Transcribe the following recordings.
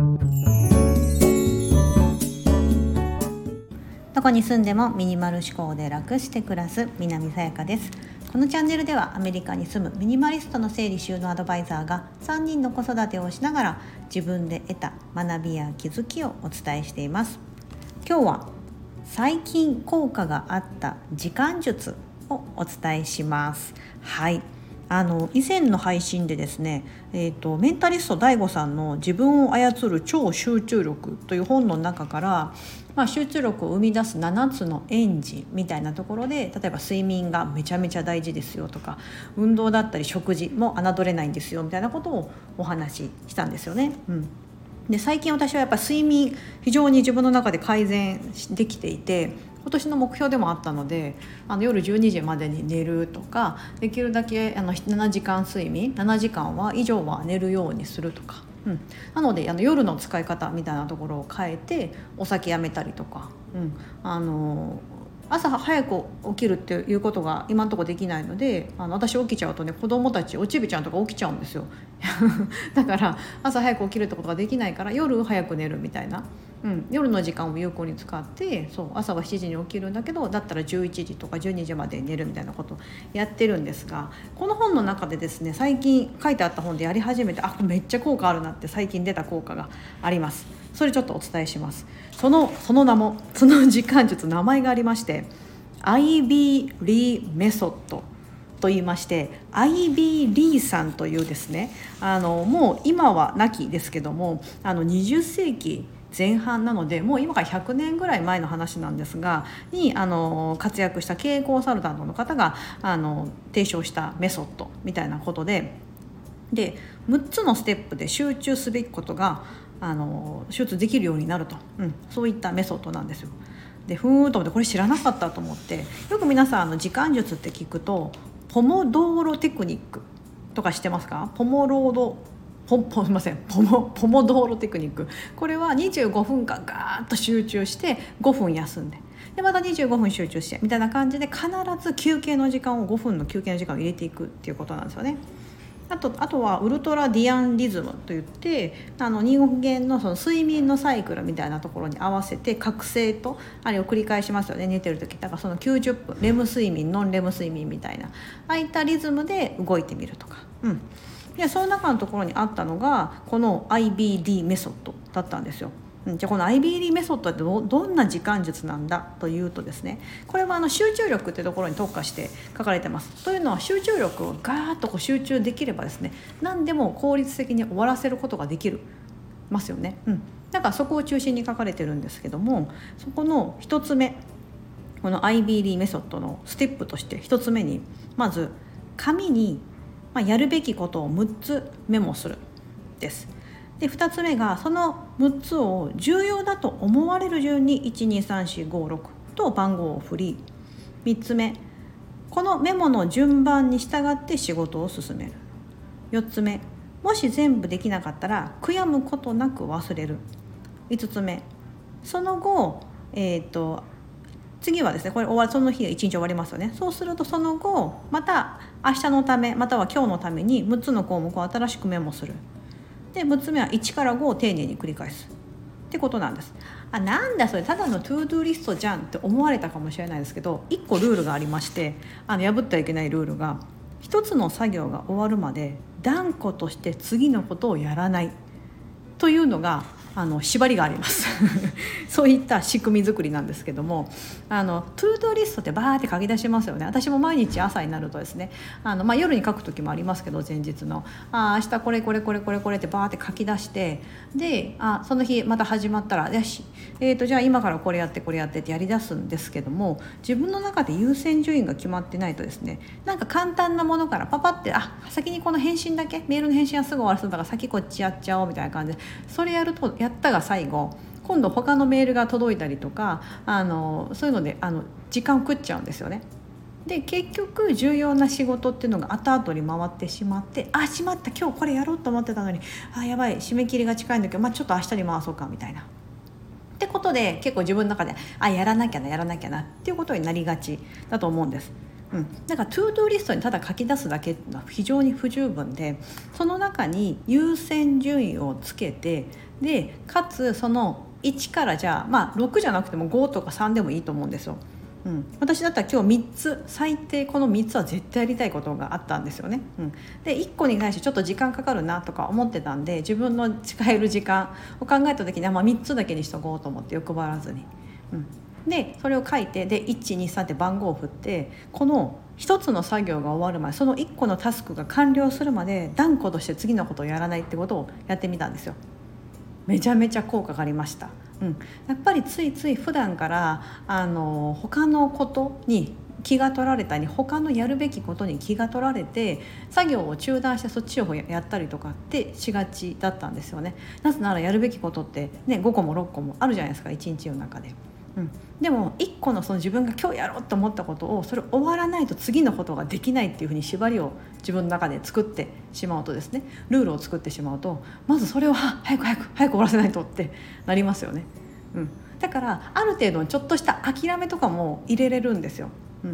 どこに住んでもミニマル思考で楽して暮らす南さやかです。このチャンネルではアメリカに住むミニマリストの整理収納アドバイザーが3人の子育てをしながら自分で得た学びや気づきをお伝えしています。今日は最近効果があった時間術をお伝えします。はい、以前の配信でですね、メンタリスト DAIGO さんの自分を操る超集中力という本の中から、集中力を生み出す7つのエンジンみたいなところで、例えば睡眠がめちゃめちゃ大事ですよとか、運動だったり食事も侮れないんですよみたいなことをお話ししたんですよね。で最近私はやっぱ睡眠非常に自分の中で改善できていて、今年の目標でもあったので、夜12時までに寝るとか、できるだけ7時間睡眠7時間以上は寝るようにするとか、なので夜の使い方みたいなところを変えてお酒やめたりとか、朝早く起きるっていうことが今のところできないので、私起きちゃうとね、子供たちおちびちゃんとか起きちゃうんですよだから朝早く起きるってことができないから、夜早く寝るみたいな、夜の時間を有効に使って、朝は7時に起きるんだけど、だったら11時とか12時まで寝るみたいなことをやってるんですが、この本の中でですね、最近書いてあった本でやり始めて、めっちゃ効果あるなって最近出た効果があります。それちょっとお伝えします。その名も、その時間術、名前がありまして、IB リーメソッドと言いまして、 IB リーさんというですね、もう今は亡きですけども、20世紀前半なので、もう今から100年ぐらい前の話なんですがに活躍した経営コンサルタントの方が提唱したメソッドみたいなことで、6つのステップで集中すべきことが集中できるようになると、そういったメソッドなんですよ。でと思って、これ知らなかったと思って、よく皆さん時間術って聞くとポモドーロテクニックとか知ってますか？ポモドーロテクニック、これは25分間ガーッと集中して5分休んで、また25分集中してみたいな感じで、必ず休憩の時間を5分の休憩の時間を入れていくっていうことなんですよね。あとはウルトラディアンリズムといって、人間のその睡眠のサイクルみたいなところに合わせて覚醒とあれを繰り返しますよね、寝てる時。だからその90分レム睡眠ノンレム睡眠みたいな、ああいったリズムで動いてみるとか、でその中のところにあったのがこの IBD メソッドだったんですよ。じゃあこの IBD メソッドってどんな時間術なんだというとですね、これは集中力ってところに特化して書かれてます。というのは、集中力をガーッと集中できればですね、何でも効率的に終わらせることができますよね。だからそこを中心に書かれてるんですけども、そこの一つ目、この IBD メソッドのステップとして一つ目に、まず紙にやるべきことを6つメモするです。で2つ目が、その6つを重要だと思われる順に 1,2,3,4,5,6 と番号を振り、3つ目、このメモの順番に従って仕事を進める。4つ目、もし全部できなかったら悔やむことなく忘れる。5つ目、その後、次はですね、これその日が1日終わりますよね。そうするとその後また明日のためまたは今日のために6つの項目を新しくメモする。で6つ目は1から5を丁寧に繰り返すってことなんです。なんだそれ、ただのトゥードゥーリストじゃんって思われたかもしれないですけど、1個ルールがありまして、破ってはいけないルールが、1つの作業が終わるまで断固として次のことをやらないというのが縛りがありますそういった仕組み作りなんですけども、トゥードゥーリストってバーって書き出しますよね。私も毎日朝になるとですね、夜に書く時もありますけど、前日の明日これってバーって書き出して、でその日また始まったらよし、じゃあ今からこれやってってやり出すんですけども、自分の中で優先順位が決まってないとですね、なんか簡単なものからパパって先にこの返信だけ、メールの返信はすぐ終わらせるから先こっちやっちゃおうみたいな感じで、それやるとやったが最後、今度他のメールが届いたりとかそういうので時間を食っちゃうんですよね。で結局重要な仕事っていうのが後々に回ってしまって、しまった、今日これやろうと思ってたのにやばい、締め切りが近いんだけど、ちょっと明日に回そうかみたいなってことで、結構自分の中でやらなきゃなっていうことになりがちだと思うんです。 だからトゥードゥーリストにただ書き出すだけっていうのは非常に不十分で、その中に優先順位をつけて、でかつその1からじゃあ6じゃなくても5とか3でもいいと思うんですよ。私だったら今日3つ最低この3つは絶対やりたいことがあったんですよね。で1個に対してちょっと時間かかるなとか思ってたんで、自分の使える時間を考えた時には3つだけにしとこうと思って欲張らずに、でそれを書いて、で123って番号を振って、この1つの作業が終わるまで、その1個のタスクが完了するまで断固として次のことをやらないってことをやってみたんですよ。めちゃめちゃ効果がありました。やっぱりついつい普段から他のことに気が取られたり、他のやるべきことに気が取られて作業を中断してそっちをやったりとかってしがちだったんですよね。なぜならやるべきことってね、5個も6個もあるじゃないですか、1日の中で。でも1個のその自分が今日やろうと思ったことを、それ終わらないと次のことができないっていうふうに縛りを自分の中で作ってしまうとですね、ルールを作ってしまうと、まずそれを早く終わらせないとってなりますよね。だからある程度のちょっとした諦めとかも入れれるんですよ。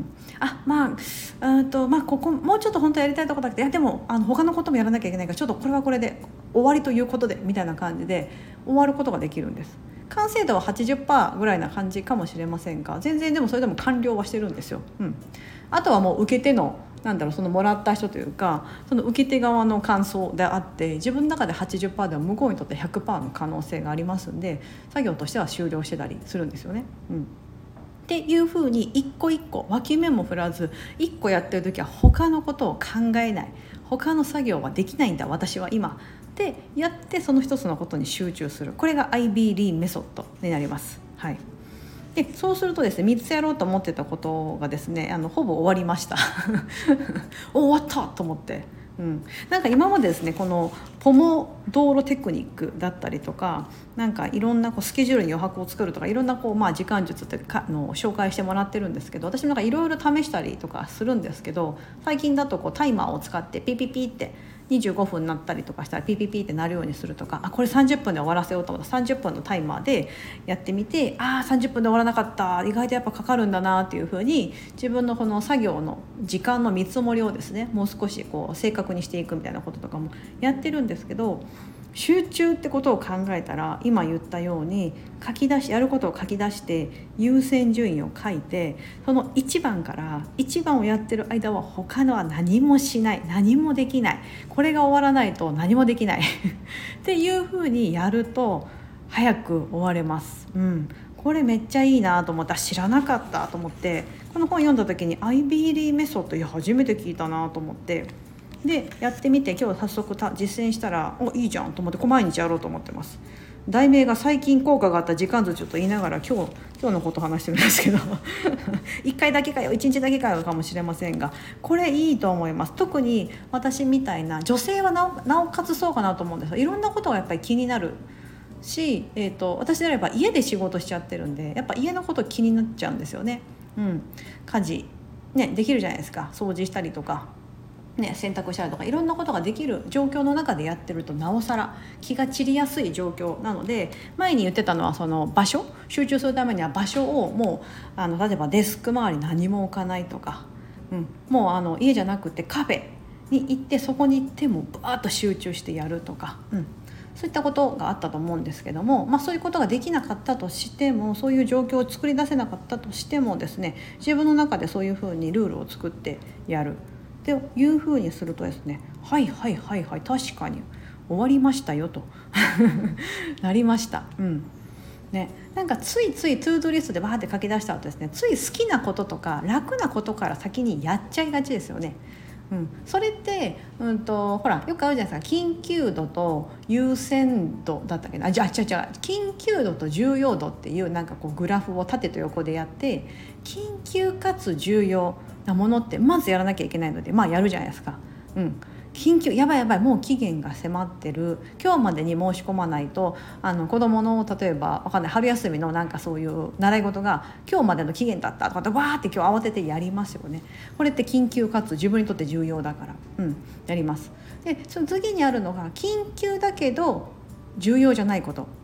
ここもうちょっと本当はやりたいとこだけど、いやでも他のこともやらなきゃいけないから、ちょっとこれはこれで終わりということでみたいな感じで終わることができるんです。完成度は 80% ぐらいな感じかもしれませんが、全然でもそれでも完了はしてるんですよ。あとはもう受け手のそのもらった人というか、その受け手側の感想であって、自分の中で 80% では向こうにとって 100% の可能性がありますんで、作業としては終了してたりするんですよね。っていうふうに一個一個脇目も振らず、一個やってる時は他のことを考えない、他の作業はできないんだ私は今でやって、その一つのことに集中する。これが IBD メソッドになります。でそうするとですね、3つやろうと思ってたことがですね、ほぼ終わりました終わったと思って、なんか今までですね、このポモドーロテクニックだったりとか、なんかいろんなスケジュールに余白を作るとか、いろんな時間術っての紹介してもらってるんですけど、私もなんかいろいろ試したりとかするんですけど、最近だとタイマーを使ってピピピって25分になったりとかしたらピピピってなるようにするとか、これ30分で終わらせようと思ったら30分のタイマーでやってみて、30分で終わらなかった、意外とやっぱかかるんだなっていうふうに、自分のこの作業の時間の見積もりをですね、もう少し正確にしていくみたいなこととかもやってるんですけど、集中ってことを考えたら、今言ったようにやることを書き出して優先順位を書いて、その1番から1番をやってる間は他のは何もしない、何もできない、これが終わらないと何もできないっていうふうにやると早く終われます。これめっちゃいいなと思った。知らなかったと思って、この本読んだ時に IBD メソッド初めて聞いたなと思って、でやってみて、今日早速実践したらいいじゃんと思って、毎日やろうと思ってます。題名が最近効果があった時間図ちょっと言いながら今日のこと話してるんですけど1回だけかよ、1日だけかよかもしれませんが、これいいと思います。特に私みたいな女性はなおかつそうかなと思うんですよ。いろんなことがやっぱり気になるし、私であれば家で仕事しちゃってるんで、やっぱ家のこと気になっちゃうんですよね。家事できるじゃないですか。掃除したりとか洗濯したりとか、いろんなことができる状況の中でやってると、なおさら気が散りやすい状況なので、前に言ってたのはその場所、集中するためには場所をもう例えばデスク周り何も置かないとか、もう家じゃなくてカフェに行って、そこに行ってもバーッと集中してやるとか、そういったことがあったと思うんですけども、そういうことができなかったとしても、そういう状況を作り出せなかったとしてもですね、自分の中でそういうふうにルールを作ってやるっていうふうにするとですね、はい確かに終わりましたよとなりました。なんかついついトゥードゥリストでバーって書き出した後ですね、つい好きなこととか楽なことから先にやっちゃいがちですよね。それって、ほらよくあるじゃないですか。緊急度と優先度だったっけな、緊急度と重要度っていうグラフを縦と横でやって、緊急かつ重要なものってまずやらなきゃいけないので、やるじゃないですか。緊急、やばいもう期限が迫ってる、今日までに申し込まないと子どもの例えばわかんない春休みのそういう習い事が今日までの期限だったとかってわーって今日慌ててやりますよね。これって緊急かつ自分にとって重要だから、やります。でその次にあるのが緊急だけど重要じゃないこと。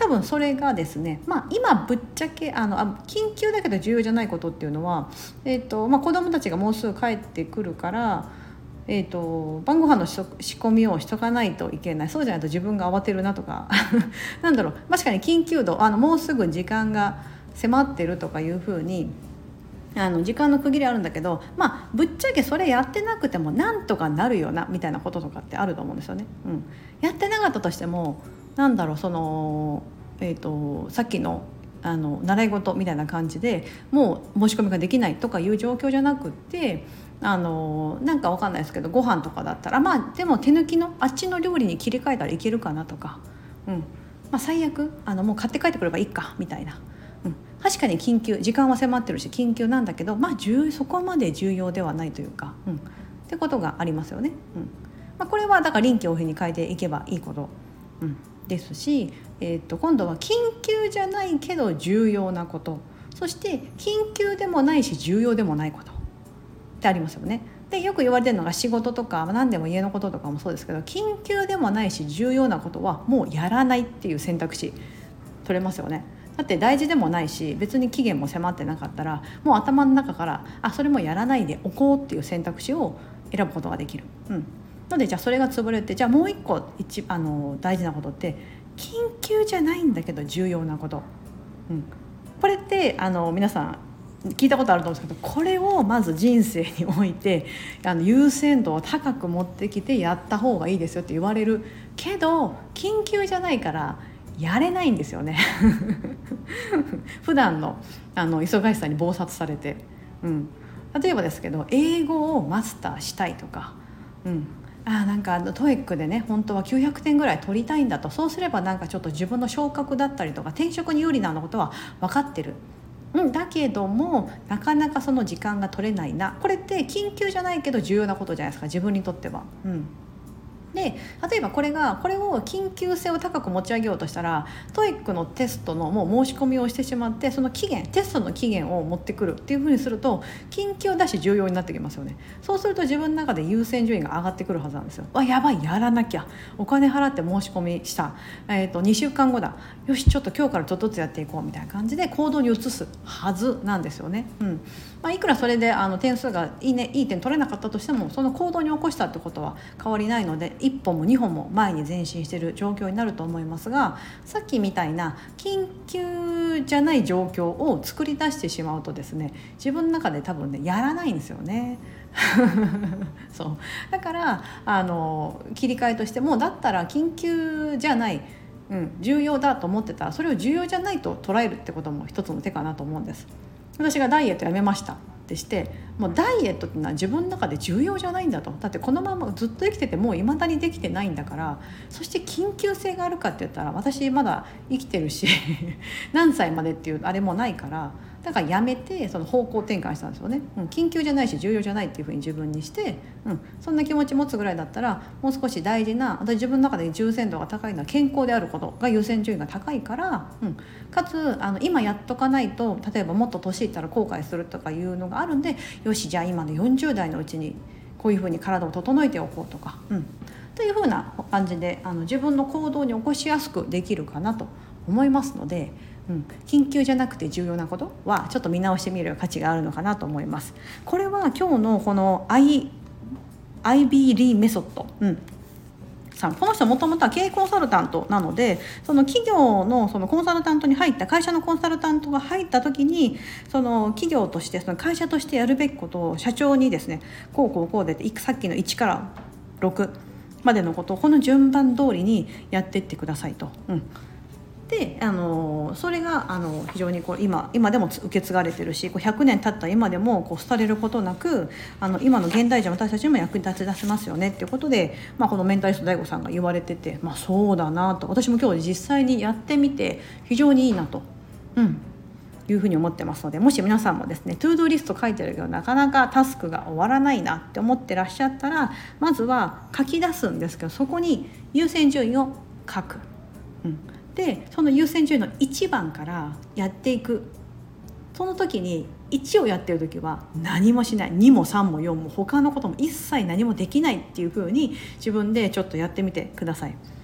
多分それがですね、今ぶっちゃけ緊急だけど重要じゃないことっていうのは、子どもたちがもうすぐ帰ってくるから、晩ご飯の仕込みをしとかないといけない、そうじゃないと自分が慌てるなとかなんだろう、確かに緊急度もうすぐ時間が迫ってるとかいうふうに時間の区切りあるんだけど、ぶっちゃけそれやってなくてもなんとかなるよなみたいなこととかってあると思うんですよね。やってなかったとしてもなんだろう、その、さっきの習い事みたいな感じでもう申し込みができないとかいう状況じゃなくってなんかわかんないですけど、ご飯とかだったらでも手抜きのあっちの料理に切り替えたらいけるかなとか、最悪もう買って帰ってくればいいかみたいな、確かに緊急、時間は迫ってるし緊急なんだけど、そこまで重要ではないというか、ってことがありますよね。これはだから臨機応変に変えていけばいいこと、ですし、今度は緊急じゃないけど重要なこと、そして緊急でもないし重要でもないことってありますよね。でよく言われてるのが仕事とか何でも家のこととかもそうですけど、緊急でもないし重要なことはもうやらないっていう選択肢取れますよね。だって大事でもないし別に期限も迫ってなかったらもう頭の中からそれもやらないでおこうっていう選択肢を選ぶことができる。のでじゃあそれが潰れて、じゃあもう一個大事なことって緊急じゃないんだけど重要なこと、これって皆さん聞いたことあると思うんですけど、これをまず人生において優先度を高く持ってきてやった方がいいですよって言われるけど、緊急じゃないからやれないんですよね普段の忙しさに忙殺されて、例えばですけど英語をマスターしたいとか、なんかTOEICでね本当は900点ぐらい取りたいんだと、そうすればなんかちょっと自分の昇格だったりとか転職に有利なことは分かってる、だけどもなかなかその時間が取れないな、これって緊急じゃないけど重要なことじゃないですか、自分にとっては。で例えばこれを緊急性を高く持ち上げようとしたら TOEIC のテストのもう申し込みをしてしまって、そのテストの期限を持ってくるっていう風にすると緊急だし重要になってきますよね。そうすると自分の中で優先順位が上がってくるはずなんですよ。やばい、やらなきゃ、お金払って申し込みした、2週間後だ、よしちょっと今日からちょっとずつやっていこうみたいな感じで行動に移すはずなんですよね。いくらそれで点数がいい点取れなかったとしてもその行動に起こしたってことは変わりないので、1歩も2歩も前に前進している状況になると思いますが、さっきみたいな緊急じゃない状況を作り出してしまうとですね、自分の中で多分ねやらないんですよねそうだから切り替えとしても、だったら緊急じゃない、重要だと思ってたらそれを重要じゃないと捉えるってことも一つの手かなと思うんです。私がダイエットやめましたってして、もうダイエットっていうのは自分の中で重要じゃないんだと、だってこのままずっと生きててもう未だにできてないんだから、そして緊急性があるかって言ったら私まだ生きてるし何歳までっていうあれもないから、だからやめてその方向転換したんですよね。緊急じゃないし重要じゃないっていうふうに自分にして、そんな気持ち持つぐらいだったらもう少し大事な、私自分の中で優先度が高いのは健康であることが優先順位が高いから、かつ今やっとかないと例えばもっと年いったら後悔するとかいうのがあるんで、よしじゃあ今の40代のうちにこういうふうに体を整えておこうとか、というふうな感じで自分の行動に起こしやすくできるかなと思いますので、緊急じゃなくて重要なことはちょっと見直してみる価値があるのかなと思います。これは今日のこの IB リーメソッド、この人もともとは経営コンサルタントなので、その企業のそのコンサルタントに入った会社のコンサルタントが入った時に、その企業としてその会社としてやるべきことを社長にですね、こうでさっきの1から6までのことをこの順番通りにやっていってくださいと。でそれが非常に今でも受け継がれてるし、100年経った今でも廃れることなく今の現代人の私たちにも役に立ちますよねっていうことで、このメンタリスト DAIGO さんが言われてて、そうだなと私も今日実際にやってみて非常にいいなと、いうふうに思ってますので、もし皆さんもですねトゥードゥーリスト書いてるけどなかなかタスクが終わらないなって思ってらっしゃったら、まずは書き出すんですけど、そこに優先順位を書く。でその優先順位の1番からやっていく。その時に1をやってる時は何もしない、2も3も4も他のことも一切何もできないっていう風に自分でちょっとやってみてください。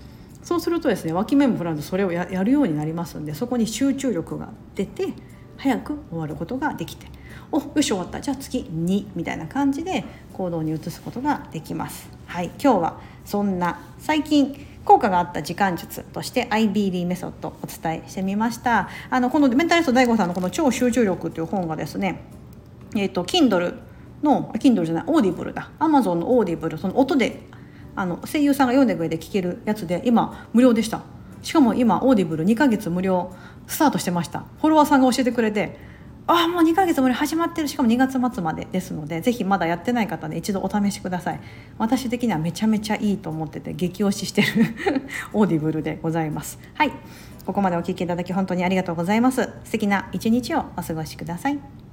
そうするとですね、脇目も振らずそれをやるようになりますんで、そこに集中力が出て早く終わることができて、よし終わった、じゃあ次2みたいな感じで行動に移すことができます。はい、今日はそんな最近効果があった時間術として IBD メソッドをお伝えしてみました。このメンタリスト DAIGO さんのこの超集中力という本がですね、Kindle の Kindle じゃない Audible だ Amazon の Audible、 その音で声優さんが読んでくれて聞けるやつで今無料でした。しかも今 Audible2 ヶ月無料スタートしてました。フォロワーさんが教えてくれて、もう2ヶ月無料始まってる、しかも2月末までですので、ぜひまだやってない方で一度お試しください。私的にはめちゃめちゃいいと思ってて激推ししてるオーディブルでございます。はい、ここまでお聞きいただき本当にありがとうございます。素敵な一日をお過ごしください。